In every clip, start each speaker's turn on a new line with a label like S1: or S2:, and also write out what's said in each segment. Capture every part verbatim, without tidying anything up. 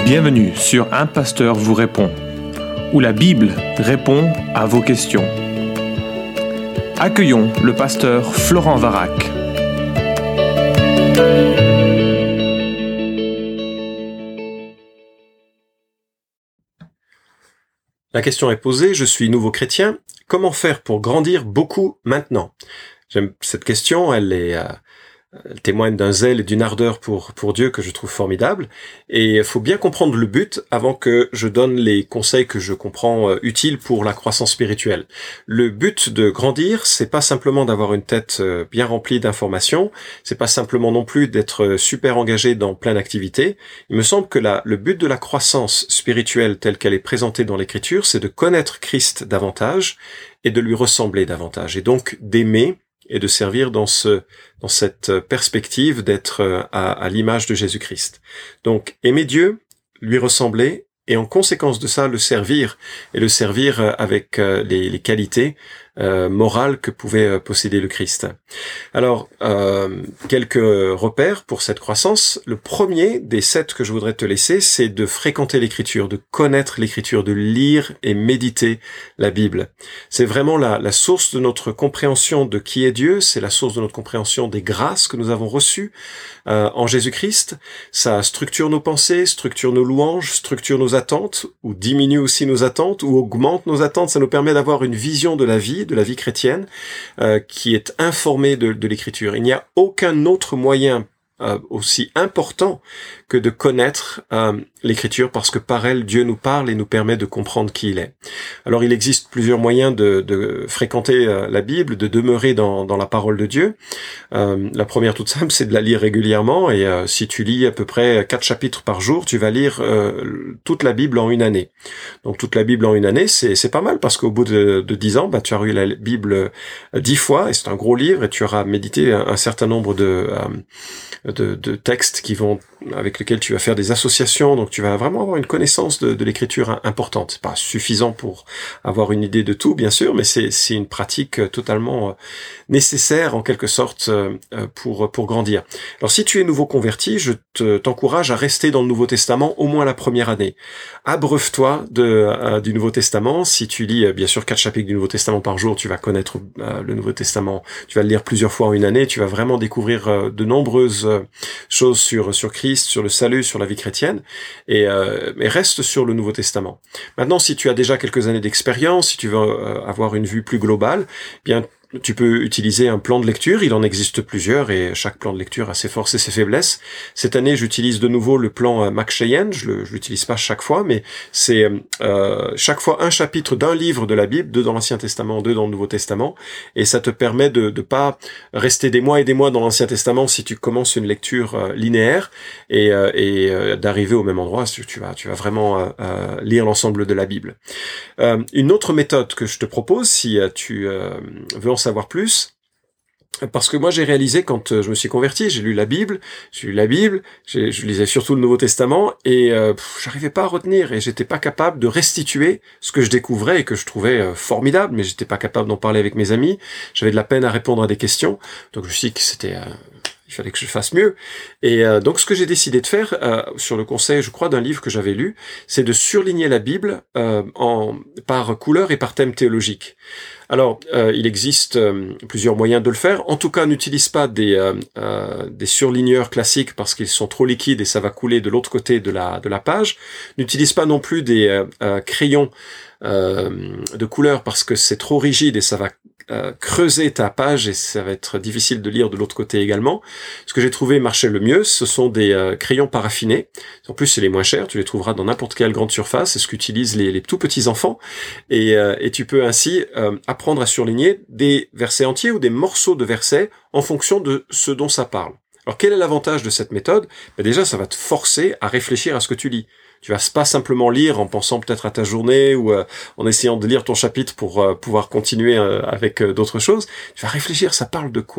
S1: Bienvenue sur Un Pasteur vous répond, où la Bible répond à vos questions. Accueillons le pasteur Florent Varac.
S2: La question est posée, je suis nouveau chrétien, comment faire pour grandir beaucoup maintenant? J'aime cette question, elle est... Euh, Elle témoigne d'un zèle et d'une ardeur pour pour Dieu que je trouve formidable. Et il faut bien comprendre le but avant que je donne les conseils que je comprends euh, utiles pour la croissance spirituelle. Le but de grandir, c'est pas simplement d'avoir une tête euh, bien remplie d'informations, c'est pas simplement non plus d'être super engagé dans plein d'activités. Il me semble que la, le but de la croissance spirituelle telle qu'elle est présentée dans l'Écriture, c'est de connaître Christ davantage et de lui ressembler davantage. Et donc d'aimer et de servir dans ce dans cette perspective d'être à, à l'image de Jésus-Christ. Donc, aimer Dieu, lui ressembler, et en conséquence de ça, le servir, et le servir avec les, les qualités euh, morales que pouvait posséder le Christ. Alors, euh, quelques repères pour cette croissance. Le premier des sept que je voudrais te laisser, c'est de fréquenter l'Écriture, de connaître l'Écriture, de lire et méditer la Bible. C'est vraiment la, la source de notre compréhension de qui est Dieu, c'est la source de notre compréhension des grâces que nous avons reçues euh, en Jésus-Christ. Ça structure nos pensées, structure nos louanges, structure nos attentes, ou diminue aussi nos attentes, ou augmente nos attentes. Ça nous permet d'avoir une vision de la vie, de la vie chrétienne, euh, qui est informée de, de l'Écriture. Il n'y a aucun autre moyen euh, aussi important que de connaître euh, l'Écriture, parce que par elle, Dieu nous parle et nous permet de comprendre qui il est. Alors, il existe plusieurs moyens de, de fréquenter euh, la Bible, de demeurer dans, dans la parole de Dieu. Euh, la première, toute simple, c'est de la lire régulièrement, et euh, si tu lis à peu près quatre chapitres par jour, tu vas lire euh, toute la Bible en une année. Donc, toute la Bible en une année, c'est, c'est pas mal, parce qu'au bout de, de dix ans, bah, tu as lu la Bible euh, dix fois, et c'est un gros livre, et tu auras médité un, un certain nombre de, euh, de, de textes qui vont avec lesquels tu vas faire des associations, donc tu vas vraiment avoir une connaissance de, de l'écriture importante. C'est pas suffisant pour avoir une idée de tout, bien sûr, mais c'est, c'est une pratique totalement nécessaire, en quelque sorte, pour, pour grandir. Alors, si tu es nouveau converti, je te, t'encourage à rester dans le Nouveau Testament au moins la première année. Abreuve-toi de, euh, du Nouveau Testament. Si tu lis, bien sûr, quatre chapitres du Nouveau Testament par jour, tu vas connaître euh, le Nouveau Testament. Tu vas le lire plusieurs fois en une année. Tu vas vraiment découvrir euh, de nombreuses euh, choses sur, sur Christ, sur le salut, sur la vie chrétienne, et, euh, et reste sur le Nouveau Testament. Maintenant, si tu as déjà quelques années d'expérience, si tu veux euh, avoir une vue plus globale, bien tu peux utiliser un plan de lecture, il en existe plusieurs et chaque plan de lecture a ses forces et ses faiblesses. Cette année, j'utilise de nouveau le plan Mac Cheyenne, je le, je l'utilise pas chaque fois, mais c'est euh, chaque fois un chapitre d'un livre de la Bible, deux dans l'Ancien Testament, deux dans le Nouveau Testament, et ça te permet de de pas rester des mois et des mois dans l'Ancien Testament si tu commences une lecture euh, linéaire et, euh, et euh, d'arriver au même endroit. Tu vas tu vas vraiment euh, euh, lire l'ensemble de la Bible. Euh, une autre méthode que je te propose, si euh, tu euh, veux en savoir plus, parce que moi j'ai réalisé quand je me suis converti, j'ai lu la Bible, j'ai lu la Bible, j'ai, je lisais surtout le Nouveau Testament et euh, pff, j'arrivais pas à retenir et j'étais pas capable de restituer ce que je découvrais et que je trouvais euh, formidable, mais j'étais pas capable d'en parler avec mes amis, j'avais de la peine à répondre à des questions, donc je me suis dit que c'était euh, il fallait que je fasse mieux. Et euh, donc ce que j'ai décidé de faire, euh, sur le conseil, je crois, d'un livre que j'avais lu, c'est de surligner la Bible euh, en par couleur et par thème théologique. Alors, euh, il existe euh, plusieurs moyens de le faire. En tout cas, n'utilise pas des euh, euh, des surligneurs classiques parce qu'ils sont trop liquides et ça va couler de l'autre côté de la de la page. N'utilise pas non plus des euh, euh, crayons euh, de couleur parce que c'est trop rigide et ça va Euh, creuser ta page et ça va être difficile de lire de l'autre côté également. Ce que j'ai trouvé marchait le mieux, ce sont des euh, crayons paraffinés. En plus, c'est les moins chers, tu les trouveras dans n'importe quelle grande surface, c'est ce qu'utilisent les, les tout petits enfants. Et, euh, et tu peux ainsi euh, apprendre à surligner des versets entiers ou des morceaux de versets en fonction de ce dont ça parle. Alors, quel est l'avantage de cette méthode? Ben déjà, ça va te forcer à réfléchir à ce que tu lis. Tu vas pas simplement lire en pensant peut-être à ta journée ou euh, en essayant de lire ton chapitre pour euh, pouvoir continuer euh, avec euh, d'autres choses. Tu vas réfléchir, ça parle de quoi?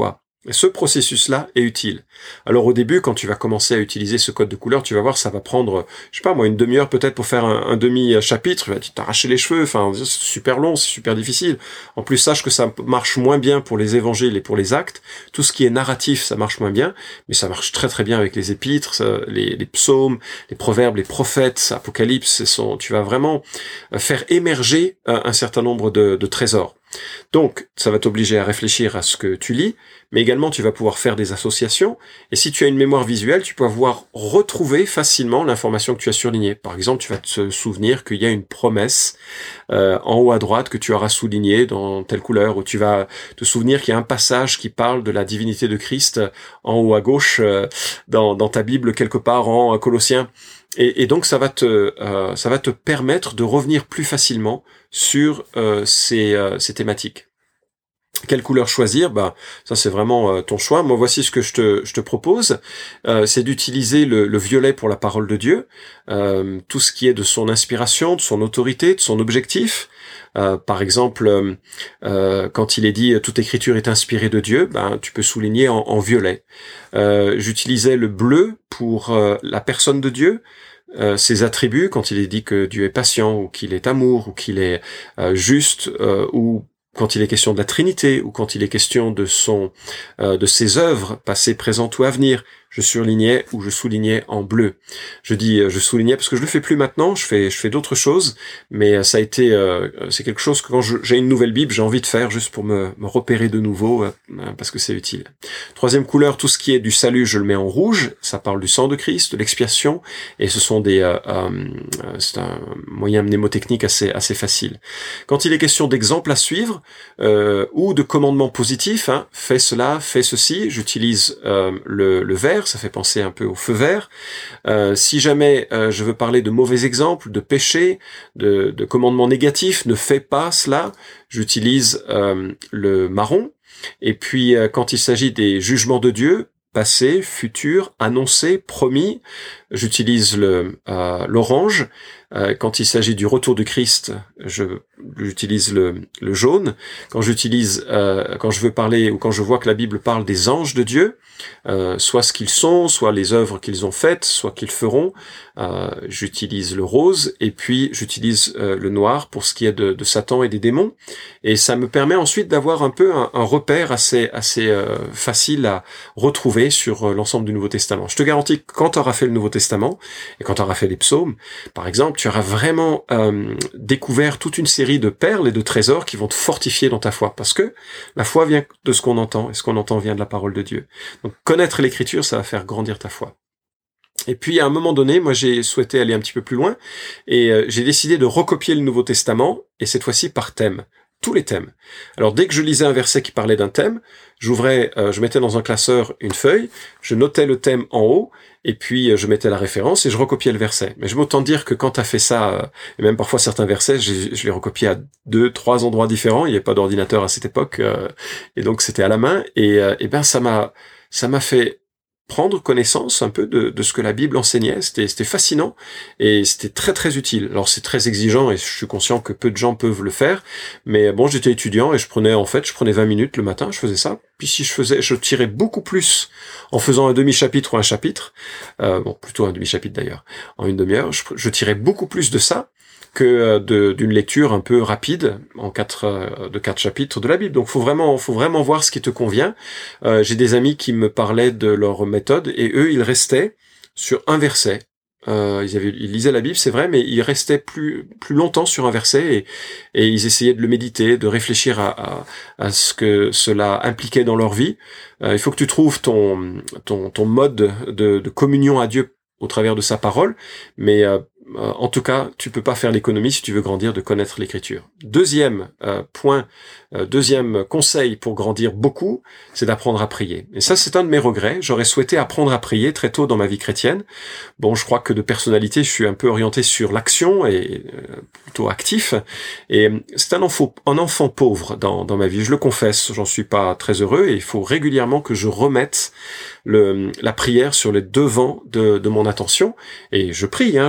S2: Et ce processus-là est utile. Alors au début, quand tu vas commencer à utiliser ce code de couleur, tu vas voir, ça va prendre, je sais pas moi, une demi-heure peut-être pour faire un, un demi-chapitre. Tu vas t'arracher les cheveux, enfin, c'est super long, c'est super difficile. En plus, sache que ça marche moins bien pour les évangiles et pour les actes. Tout ce qui est narratif, ça marche moins bien, mais ça marche très très bien avec les épîtres, ça, les, les psaumes, les proverbes, les prophètes, Apocalypse. Sont, tu vas vraiment faire émerger un, un certain nombre de, de trésors. Donc, ça va t'obliger à réfléchir à ce que tu lis, mais également tu vas pouvoir faire des associations, et si tu as une mémoire visuelle, tu vas pouvoir retrouver facilement l'information que tu as surlignée. Par exemple, tu vas te souvenir qu'il y a une promesse euh, en haut à droite que tu auras soulignée dans telle couleur, ou tu vas te souvenir qu'il y a un passage qui parle de la divinité de Christ en haut à gauche euh, dans, dans ta Bible quelque part en Colossiens. Et, et donc ça va te euh, ça va te permettre de revenir plus facilement sur euh, ces, euh, ces thématiques. Quelle couleur choisir? Bah ça c'est vraiment euh, ton choix. Moi voici ce que je te je te propose. Euh, c'est d'utiliser le, le violet pour la parole de Dieu, euh, tout ce qui est de son inspiration, de son autorité, de son objectif. Euh, par exemple, euh, euh, quand il est dit toute écriture est inspirée de Dieu, ben tu peux souligner en, en violet. Euh, j'utilisais le bleu pour euh, la personne de Dieu. Euh, ses attributs, quand il est dit que Dieu est patient, ou qu'il est amour, ou qu'il est euh, juste, euh, ou quand il est question de la Trinité, ou quand il est question de son, euh, de ses œuvres, passées, présentes ou à venir, je surlignais ou je soulignais en bleu. Je dis je soulignais parce que je le fais plus maintenant, je fais je fais d'autres choses, mais ça a été euh, c'est quelque chose que quand je, j'ai une nouvelle Bible, j'ai envie de faire juste pour me, me repérer de nouveau euh, parce que c'est utile. Troisième couleur, tout ce qui est du salut, je le mets en rouge, ça parle du sang de Christ, de l'expiation, et ce sont des euh, euh, c'est un moyen mnémotechnique assez assez facile. Quand il est question d'exemples à suivre euh, ou de commandements positifs, hein, fais cela, fais ceci, j'utilise euh, le le vert. Ça fait penser un peu au feu vert. Euh, si jamais euh, je veux parler de mauvais exemples, de péchés, de, de commandements négatifs, ne fais pas cela, j'utilise euh, le marron. Et puis euh, quand il s'agit des jugements de Dieu, passé, futur, annoncé, promis, j'utilise le euh, l'orange. Euh, quand il s'agit du retour de Christ, je j'utilise le, le jaune. Quand j'utilise, euh, quand je veux parler ou quand je vois que la Bible parle des anges de Dieu, euh, soit ce qu'ils sont, soit les œuvres qu'ils ont faites, soit qu'ils feront, euh, j'utilise le rose. Et puis j'utilise euh, le noir pour ce qui est de, de Satan et des démons. Et ça me permet ensuite d'avoir un peu un, un repère assez assez euh, facile à retrouver sur euh, l'ensemble du Nouveau Testament. Je te garantis que quand tu auras fait le Nouveau Testament et quand tu auras fait les psaumes, par exemple, tu auras vraiment euh, découvert toute une série de perles et de trésors qui vont te fortifier dans ta foi, parce que la foi vient de ce qu'on entend, et ce qu'on entend vient de la parole de Dieu. Donc connaître l'écriture, ça va faire grandir ta foi. Et puis à un moment donné, moi j'ai souhaité aller un petit peu plus loin, et euh, j'ai décidé de recopier le Nouveau Testament, et cette fois-ci par thème. Tous les thèmes. Alors dès que je lisais un verset qui parlait d'un thème, j'ouvrais, euh, je mettais dans un classeur une feuille, je notais le thème en haut, et puis euh, je mettais la référence et je recopiais le verset. Mais je m'entends dire que quand tu as fait ça, euh, et même parfois certains versets, je, je les recopiais à deux, trois endroits différents. Il n'y avait pas d'ordinateur à cette époque, euh, et donc c'était à la main. Et, euh, et ben ça m'a, ça m'a fait prendre connaissance un peu de, de ce que la Bible enseignait. C'était, c'était fascinant et c'était très très utile. Alors c'est très exigeant et je suis conscient que peu de gens peuvent le faire, mais bon, j'étais étudiant et je prenais en fait, je prenais vingt minutes le matin, je faisais ça. Puis si je faisais, je tirais beaucoup plus en faisant un demi-chapitre ou un chapitre, euh, bon plutôt un demi-chapitre d'ailleurs, en une demi-heure, je, je tirais beaucoup plus de ça que de, d'une lecture un peu rapide en quatre de quatre chapitres de la Bible. Donc faut vraiment faut vraiment voir ce qui te convient. Euh, j'ai des amis qui me parlaient de leur méthode et eux ils restaient sur un verset. Euh, ils avaient ils lisaient la Bible, c'est vrai, mais ils restaient plus plus longtemps sur un verset et et ils essayaient de le méditer, de réfléchir à à, à ce que cela impliquait dans leur vie. Euh, il faut que tu trouves ton ton ton mode de de communion à Dieu au travers de sa parole, mais euh, Euh, en tout cas, tu peux pas faire l'économie si tu veux grandir de connaître l'écriture. Deuxième euh, point, euh, deuxième conseil pour grandir beaucoup, c'est d'apprendre à prier. Et ça, c'est un de mes regrets. J'aurais souhaité apprendre à prier très tôt dans ma vie chrétienne. Bon, je crois que de personnalité, je suis un peu orienté sur l'action et euh, plutôt actif. Et c'est un enfant, un enfant pauvre dans, dans ma vie. Je le confesse, j'en suis pas très heureux et il faut régulièrement que je remette le, la prière sur les devants de, de mon attention. Et je prie, hein, je prie tous les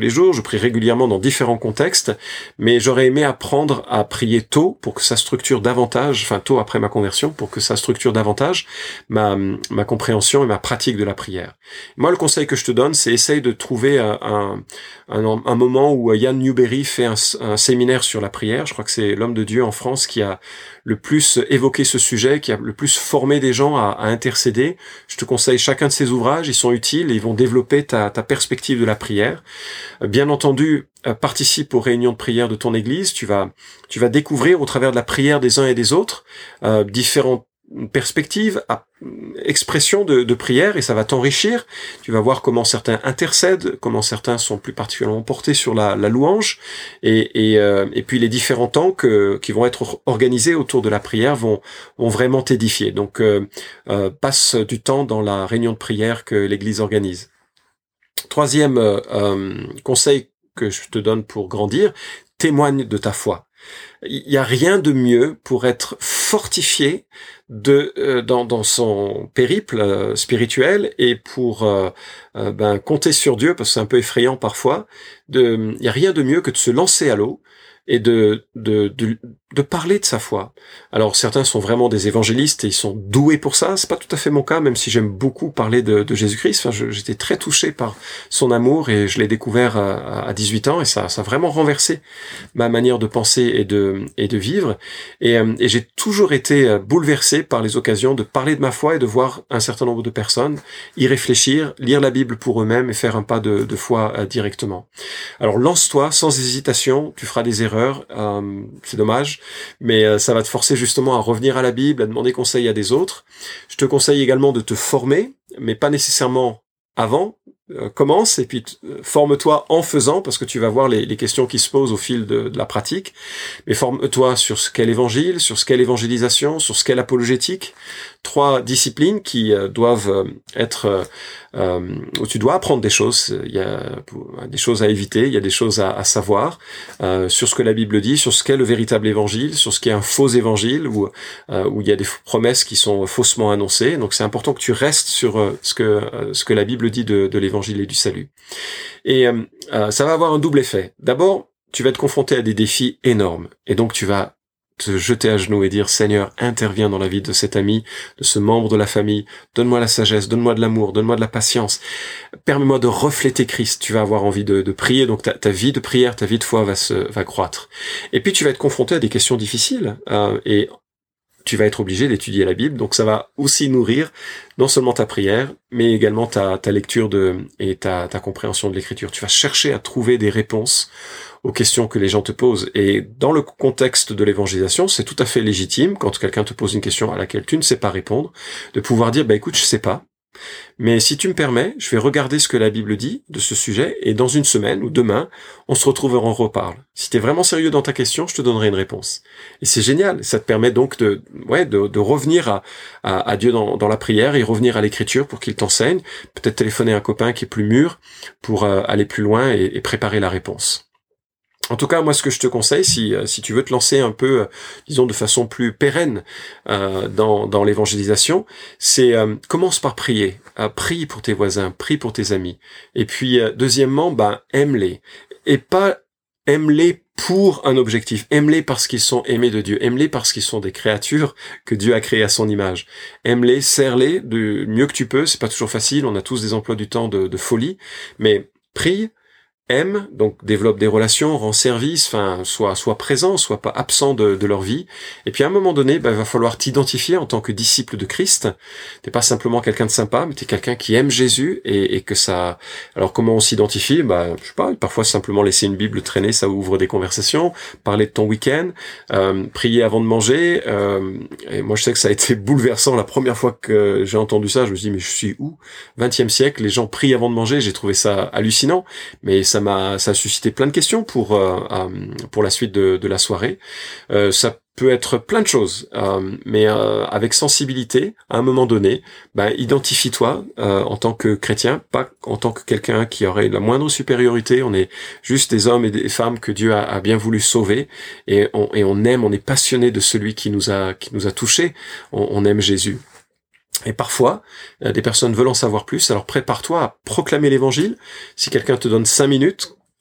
S2: les jours, je prie régulièrement dans différents contextes, mais j'aurais aimé apprendre à prier tôt pour que ça structure davantage, enfin tôt après ma conversion, pour que ça structure davantage ma, ma compréhension et ma pratique de la prière. Moi, le conseil que je te donne, c'est essaye de trouver un, un, un, un moment où Yann Newberry fait un, un séminaire sur la prière. Je crois que c'est l'homme de Dieu en France qui a le plus évoqué ce sujet, qui a le plus formé des gens à, à intercéder. Je te conseille chacun de ces ouvrages, ils sont utiles et ils vont développer ta, ta perspective de la prière. Bien entendu, participe aux réunions de prière de ton église, tu vas, tu vas découvrir au travers de la prière des uns et des autres euh, différentes perspectives, expressions de, de prière, et ça va t'enrichir. Tu vas voir comment certains intercèdent, comment certains sont plus particulièrement portés sur la, la louange, et, et, euh, et puis les différents temps que, qui vont être organisés autour de la prière vont, vont vraiment t'édifier. Donc euh, euh, passe du temps dans la réunion de prière que l'Église organise. Troisième euh, euh, conseil que je te donne pour grandir, témoigne de ta foi. Il n'y a rien de mieux pour être fortifié de euh, dans, dans son périple euh, spirituel et pour euh, euh, ben compter sur Dieu, parce que c'est un peu effrayant parfois. De, il n'y a rien de mieux que de se lancer à l'eau et de, de de de parler de sa foi. Alors certains sont vraiment des évangélistes et ils sont doués pour ça. C'est pas tout à fait mon cas, même si j'aime beaucoup parler de, de Jésus-Christ. Enfin, je, j'étais très touché par son amour et je l'ai découvert à, à dix-huit ans et ça, ça a vraiment renversé ma manière de penser et de et de vivre. Et, et j'ai toujours été bouleversé par les occasions de parler de ma foi et de voir un certain nombre de personnes y réfléchir, lire la Bible pour eux-mêmes et faire un pas de, de foi euh, directement. Alors lance-toi sans hésitation. Tu feras des erreurs, euh, c'est dommage. Mais euh, ça va te forcer justement à revenir à la Bible, à demander conseil à des autres. Je te conseille également de te former, mais pas nécessairement avant. Euh, commence et puis euh, forme-toi en faisant, parce que tu vas voir les, les questions qui se posent au fil de, de la pratique. Mais forme-toi sur ce qu'est l'évangile, sur ce qu'est l'évangélisation, sur ce qu'est l'apologétique. Trois disciplines qui euh, doivent euh, être euh, euh, où tu dois apprendre des choses. Il y a des choses à éviter, il y a des choses à, à savoir euh, sur ce que la Bible dit, sur ce qu'est le véritable évangile, sur ce qu'est un faux évangile où euh, où il y a des promesses qui sont faussement annoncées. Donc c'est important que tu restes sur euh, ce que euh, ce que la Bible dit de, de l'évangile et du salut. Et euh, euh, ça va avoir un double effet. D'abord, tu vas être confronté à des défis énormes, et donc tu vas te jeter à genoux et dire: Seigneur, interviens dans la vie de cet ami, de ce membre de la famille, donne-moi la sagesse, donne-moi de l'amour, donne-moi de la patience, permets-moi de refléter Christ. Tu vas avoir envie de, de prier, donc ta, ta vie de prière, ta vie de foi va se va croître. Et puis tu vas être confronté à des questions difficiles, euh, et tu vas être obligé d'étudier la Bible, donc ça va aussi nourrir non seulement ta prière, mais également ta, ta lecture de et ta, ta compréhension de l'Écriture. Tu vas chercher à trouver des réponses aux questions que les gens te posent. Et dans le contexte de l'évangélisation, c'est tout à fait légitime, quand quelqu'un te pose une question à laquelle tu ne sais pas répondre, de pouvoir dire: bah écoute, je sais pas, mais si tu me permets, je vais regarder ce que la Bible dit de ce sujet, et dans une semaine ou demain, on se retrouve et on reparle. Si tu es vraiment sérieux dans ta question, je te donnerai une réponse. Et c'est génial, ça te permet donc de ouais de, de revenir à, à, à Dieu dans, dans la prière et revenir à l'Écriture pour qu'il t'enseigne, peut-être téléphoner à un copain qui est plus mûr pour euh, aller plus loin et, et préparer la réponse. En tout cas, moi, ce que je te conseille, si si tu veux te lancer un peu, euh, disons, de façon plus pérenne euh, dans dans l'évangélisation, c'est euh, commence par prier. Euh, prie pour tes voisins, prie pour tes amis. Et puis, euh, deuxièmement, ben aime-les, et pas aime-les pour un objectif. Aime-les parce qu'ils sont aimés de Dieu. Aime-les parce qu'ils sont des créatures que Dieu a créées à son image. Aime-les, serre-les du mieux que tu peux. C'est pas toujours facile. On a tous des emplois du temps de, de folie, mais prie. Aime, donc développe des relations, rend service, enfin soit soit présent, soit pas absent de, de leur vie. Et puis à un moment donné, ben, il va falloir t'identifier en tant que disciple de Christ. T'es pas simplement quelqu'un de sympa, mais t'es quelqu'un qui aime Jésus et, et que ça. Alors comment on s'identifie? Ben je sais pas. Parfois simplement laisser une Bible traîner, ça ouvre des conversations. Parler de ton week-end, euh, prier avant de manger. Euh, et moi je sais que ça a été bouleversant la première fois que j'ai entendu ça. Je me suis dit mais je suis où? vingtième siècle, les gens prient avant de manger. J'ai trouvé ça hallucinant, mais ça Ça m'a, ça a suscité plein de questions pour euh, euh, pour la suite de, de la soirée. Euh, ça peut être plein de choses, euh, mais euh, avec sensibilité. À un moment donné, ben identifie-toi euh, en tant que chrétien, pas en tant que quelqu'un qui aurait la moindre supériorité. On est juste des hommes et des femmes que Dieu a, a bien voulu sauver, et on, et on aime, on est passionné de celui qui nous a qui nous a touchés. On, on aime Jésus. Et parfois, des personnes veulent en savoir plus, alors prépare-toi à proclamer l'évangile. Si quelqu'un te donne cinq minutes,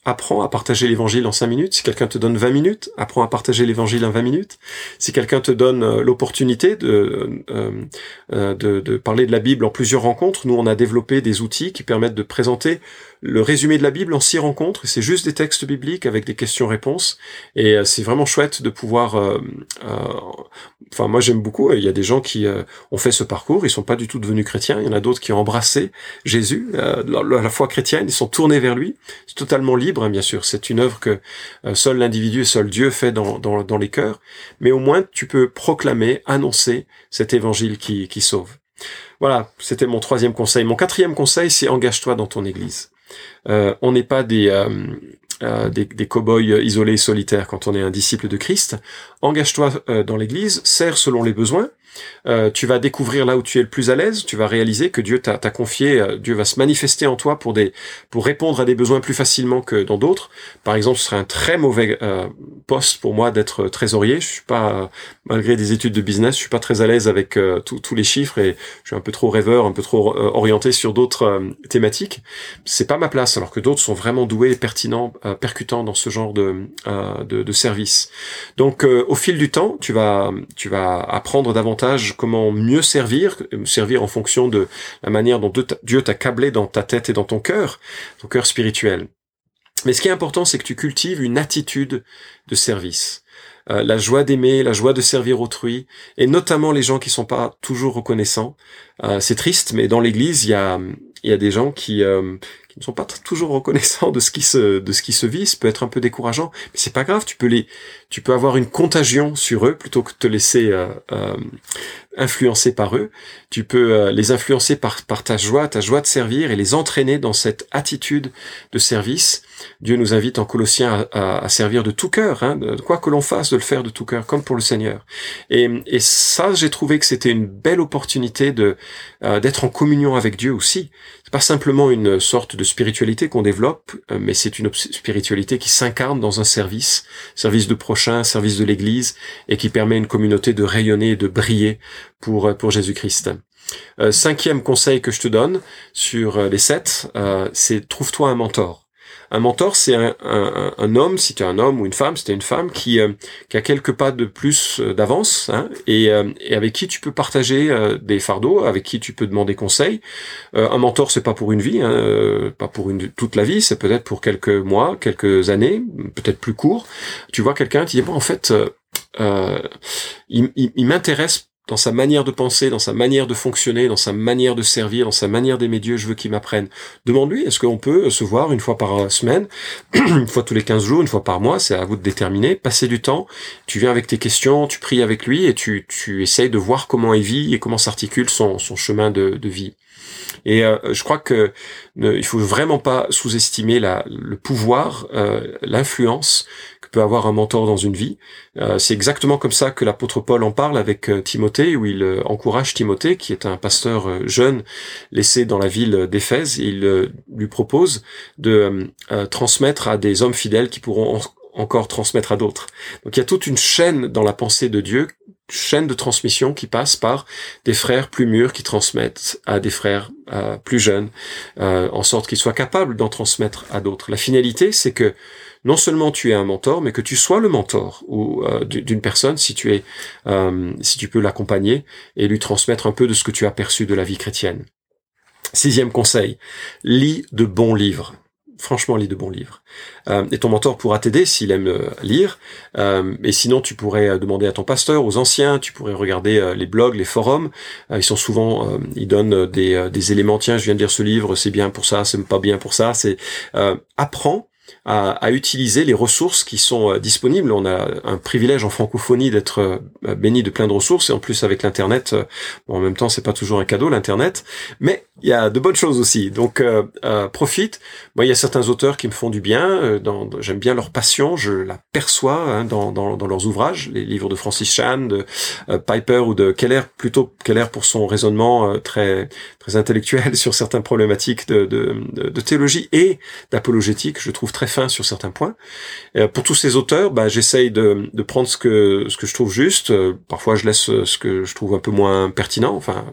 S2: apprends à partager l'évangile en cinq minutes. Si quelqu'un te donne vingt minutes, apprends à partager l'évangile en vingt minutes. Si quelqu'un te donne euh, l'opportunité de, euh, euh, de, de parler de la Bible en plusieurs rencontres, nous on a développé des outils qui permettent de présenter le résumé de la Bible en six rencontres. C'est juste des textes bibliques avec des questions-réponses. Et euh, c'est vraiment chouette de pouvoir... Euh, euh, enfin, moi j'aime beaucoup. Il y a des gens qui euh, ont fait ce parcours. Ils sont pas du tout devenus chrétiens. Il y en a d'autres qui ont embrassé Jésus, euh, la, la foi chrétienne. Ils sont tournés vers lui. C'est totalement libre, hein, bien sûr. C'est une œuvre que euh, seul l'individu et seul Dieu fait dans, dans, dans les cœurs. Mais au moins, tu peux proclamer, annoncer cet évangile qui, qui sauve. Voilà, c'était mon troisième conseil. Mon quatrième conseil, c'est engage-toi dans ton église. Euh, on n'est pas des, euh, euh, des, des cow-boys isolés, solitaires quand on est un disciple de Christ. Engage-toi euh, dans l'église, sers selon les besoins. Euh, tu vas découvrir là où tu es le plus à l'aise, tu vas réaliser que Dieu t'a, t'a confié, euh, Dieu va se manifester en toi pour des, pour répondre à des besoins plus facilement que dans d'autres. Par exemple, ce serait un très mauvais euh, poste pour moi d'être trésorier. Je suis pas, euh, malgré des études de business, je suis pas très à l'aise avec euh, tous les chiffres et je suis un peu trop rêveur, un peu trop euh, orienté sur d'autres euh, thématiques. C'est pas ma place, alors que d'autres sont vraiment doués, pertinents, euh, percutants dans ce genre de, euh, de, de service. Donc, euh, au fil du temps, tu vas, tu vas apprendre davantage comment mieux servir, servir en fonction de la manière dont Dieu t'a câblé dans ta tête et dans ton cœur, ton cœur spirituel. Mais ce qui est important, c'est que tu cultives une attitude de service. Euh, la joie d'aimer, la joie de servir autrui, et notamment les gens qui sont pas toujours reconnaissants. Euh, c'est triste, mais dans l'Église, il y a, il y a des gens qui, euh, qui ne sont pas t- toujours reconnaissants de ce qui se, de ce qui se vit. Ça peut être un peu décourageant, mais c'est pas grave. Tu peux les, tu peux avoir une contagion sur eux plutôt que de te laisser euh, euh, influencer par eux. Tu peux euh, les influencer par, par ta joie, ta joie de servir, et les entraîner dans cette attitude de service. Dieu nous invite en Colossiens à, à, à servir de tout cœur, hein, de, quoi que l'on fasse, de le faire de tout cœur, comme pour le Seigneur. Et, et ça, j'ai trouvé que c'était une belle opportunité de euh, d'être en communion avec Dieu aussi. C'est pas simplement une sorte de spiritualité qu'on développe, euh, mais c'est une spiritualité qui s'incarne dans un service, service de prochain, service de l'Église, et qui permet à une communauté de rayonner et de briller pour pour Jésus-Christ. Euh, cinquième conseil que je te donne sur les sept, euh, c'est trouve-toi un mentor. Un mentor, c'est un, un, un homme, si tu es un homme ou une femme, si tu es une femme, qui, euh, qui a quelques pas de plus euh, d'avance, hein, et, euh, et avec qui tu peux partager euh, des fardeaux, avec qui tu peux demander conseil. Euh, un mentor, c'est pas pour une vie, hein, euh, pas pour une, toute la vie, c'est peut-être pour quelques mois, quelques années, peut-être plus court. Tu vois quelqu'un, tu dis, bon, en fait, euh, euh, il, il, il m'intéresse dans sa manière de penser, dans sa manière de fonctionner, dans sa manière de servir, dans sa manière d'aimer Dieu, je veux qu'il m'apprenne. Demande-lui, est-ce qu'on peut se voir une fois par semaine, une fois tous les quinze jours, une fois par mois, c'est à vous de déterminer, passer du temps, tu viens avec tes questions, tu pries avec lui et tu, tu essayes de voir comment il vit et comment s'articule son, son chemin de, de vie. Et euh, je crois que ne, il faut vraiment pas sous-estimer la, le pouvoir, euh, l'influence que peut avoir un mentor dans une vie. Euh, c'est exactement comme ça que l'apôtre Paul en parle avec euh, Timothée, où il euh, encourage Timothée, qui est un pasteur euh, jeune laissé dans la ville d'Éphèse, et il euh, lui propose de euh, transmettre à des hommes fidèles qui pourront en, encore transmettre à d'autres. Donc il y a toute une chaîne dans la pensée de Dieu, chaîne de transmission qui passe par des frères plus mûrs qui transmettent à des frères euh, plus jeunes, euh, en sorte qu'ils soient capables d'en transmettre à d'autres. La finalité, c'est que non seulement tu es un mentor, mais que tu sois le mentor ou euh, d'une personne, si tu es, euh, si tu peux l'accompagner et lui transmettre un peu de ce que tu as perçu de la vie chrétienne. Sixième conseil, lis de bons livres. Franchement, lis de bons livres. Euh, et ton mentor pourra t'aider s'il aime euh, lire. Euh, et sinon, tu pourrais euh, demander à ton pasteur, aux anciens, tu pourrais regarder euh, les blogs, les forums. Euh, ils sont souvent, euh, ils donnent des, euh, des éléments. Tiens, je viens de lire ce livre, c'est bien pour ça, c'est pas bien pour ça. C'est euh, apprends à, à utiliser les ressources qui sont euh, disponibles. On a un privilège en francophonie d'être euh, béni de plein de ressources, et en plus avec l'internet, euh, bon, en même temps c'est pas toujours un cadeau l'internet, mais il y a de bonnes choses aussi. Donc euh, euh, profite. Moi, il y a certains auteurs qui me font du bien. Euh, dans, dans, j'aime bien leur passion, je la perçois hein, dans, dans, dans leurs ouvrages, les livres de Francis Chan, de euh, Piper ou de Keller, plutôt Keller pour son raisonnement euh, très très intellectuel sur certaines problématiques de, de, de, de théologie et d'apologétique. Je trouve très fin sur certains points. Euh, pour tous ces auteurs, bah, j'essaye de, de prendre ce que ce que je trouve juste. Euh, parfois, je laisse ce que je trouve un peu moins pertinent. Enfin,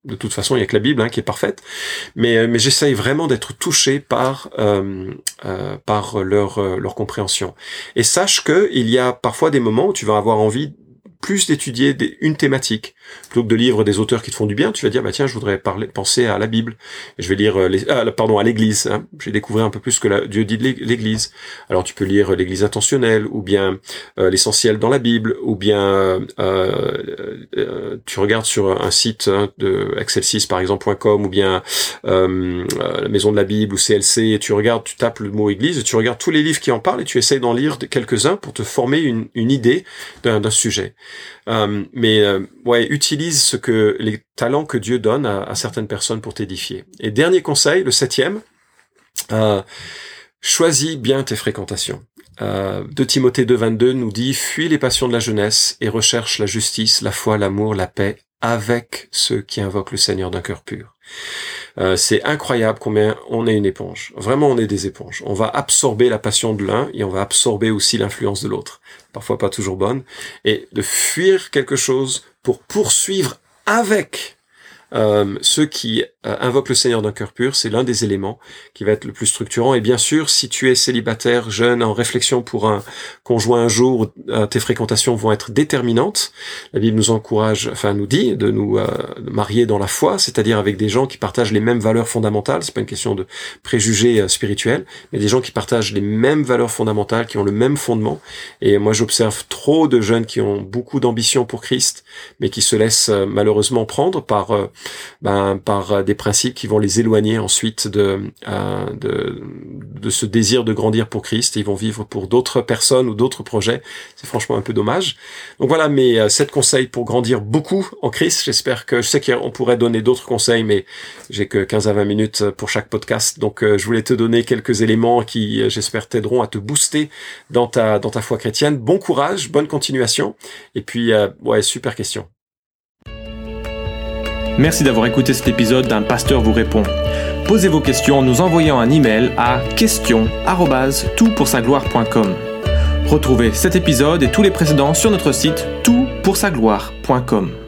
S2: de toute façon, il y a que la Bible hein, qui est parfaite, mais mais j'essaye vraiment d'être touché par euh, euh, par leur euh, leur compréhension. Et sache que il y a parfois des moments où tu vas avoir envie plus d'étudier des, une thématique plutôt que de lire des auteurs qui te font du bien. Tu vas dire bah tiens, je voudrais parler penser à la Bible. Et je vais lire les, ah, pardon à l'Église. Hein. J'ai découvert un peu plus ce que la, Dieu dit de l'Église. Alors tu peux lire l'Église intentionnelle ou bien euh, l'essentiel dans la Bible ou bien euh, euh, tu regardes sur un site hein, de excelsis par exemple point com ou bien euh, la Maison de la Bible ou C L C et tu regardes, tu tapes le mot Église et tu regardes tous les livres qui en parlent et tu essayes d'en lire quelques-uns pour te former une, une idée d'un, d'un sujet. Euh, mais euh, ouais, utilise ce que les talents que Dieu donne à, à certaines personnes pour t'édifier. Et dernier conseil, le septième, euh, choisis bien tes fréquentations. Euh, deux Timothée deux vingt-deux nous dit « Fuis les passions de la jeunesse et recherche la justice, la foi, l'amour, la paix avec ceux qui invoquent le Seigneur d'un cœur pur. » Euh, c'est incroyable combien on est une éponge. Vraiment, on est des éponges. On va absorber la passion de l'un et on va absorber aussi l'influence de l'autre. Parfois pas toujours bonne. Et de fuir quelque chose pour poursuivre avec euh, ceux qui euh, invoquent le Seigneur d'un cœur pur, c'est l'un des éléments qui va être le plus structurant. Et bien sûr, si tu es célibataire, jeune, en réflexion pour un conjoint un jour, euh, tes fréquentations vont être déterminantes. La Bible nous encourage, enfin nous dit de nous euh, marier dans la foi, c'est-à-dire avec des gens qui partagent les mêmes valeurs fondamentales. C'est pas une question de préjugés euh, spirituels, mais des gens qui partagent les mêmes valeurs fondamentales, qui ont le même fondement. Et moi, j'observe trop de jeunes qui ont beaucoup d'ambition pour Christ, mais qui se laissent euh, malheureusement prendre par euh, ben, par des principes qui vont les éloigner ensuite de, euh, de, de ce désir de grandir pour Christ. Ils vont vivre pour d'autres personnes ou d'autres projets. C'est franchement un peu dommage. Donc voilà, mes euh, sept conseils pour grandir beaucoup en Christ. J'espère que, je sais qu'on pourrait donner d'autres conseils, mais j'ai que quinze à vingt minutes pour chaque podcast. Donc euh, je voulais te donner quelques éléments qui, euh, j'espère, t'aideront à te booster dans ta, dans ta foi chrétienne. Bon courage, bonne continuation. Et puis, euh, ouais, super question.
S1: Merci d'avoir écouté cet épisode d'Un Pasteur vous répond. Posez vos questions en nous envoyant un email à questions arobase tout pour sa gloire point com. Retrouvez cet épisode et tous les précédents sur notre site tout pour sa gloire point com.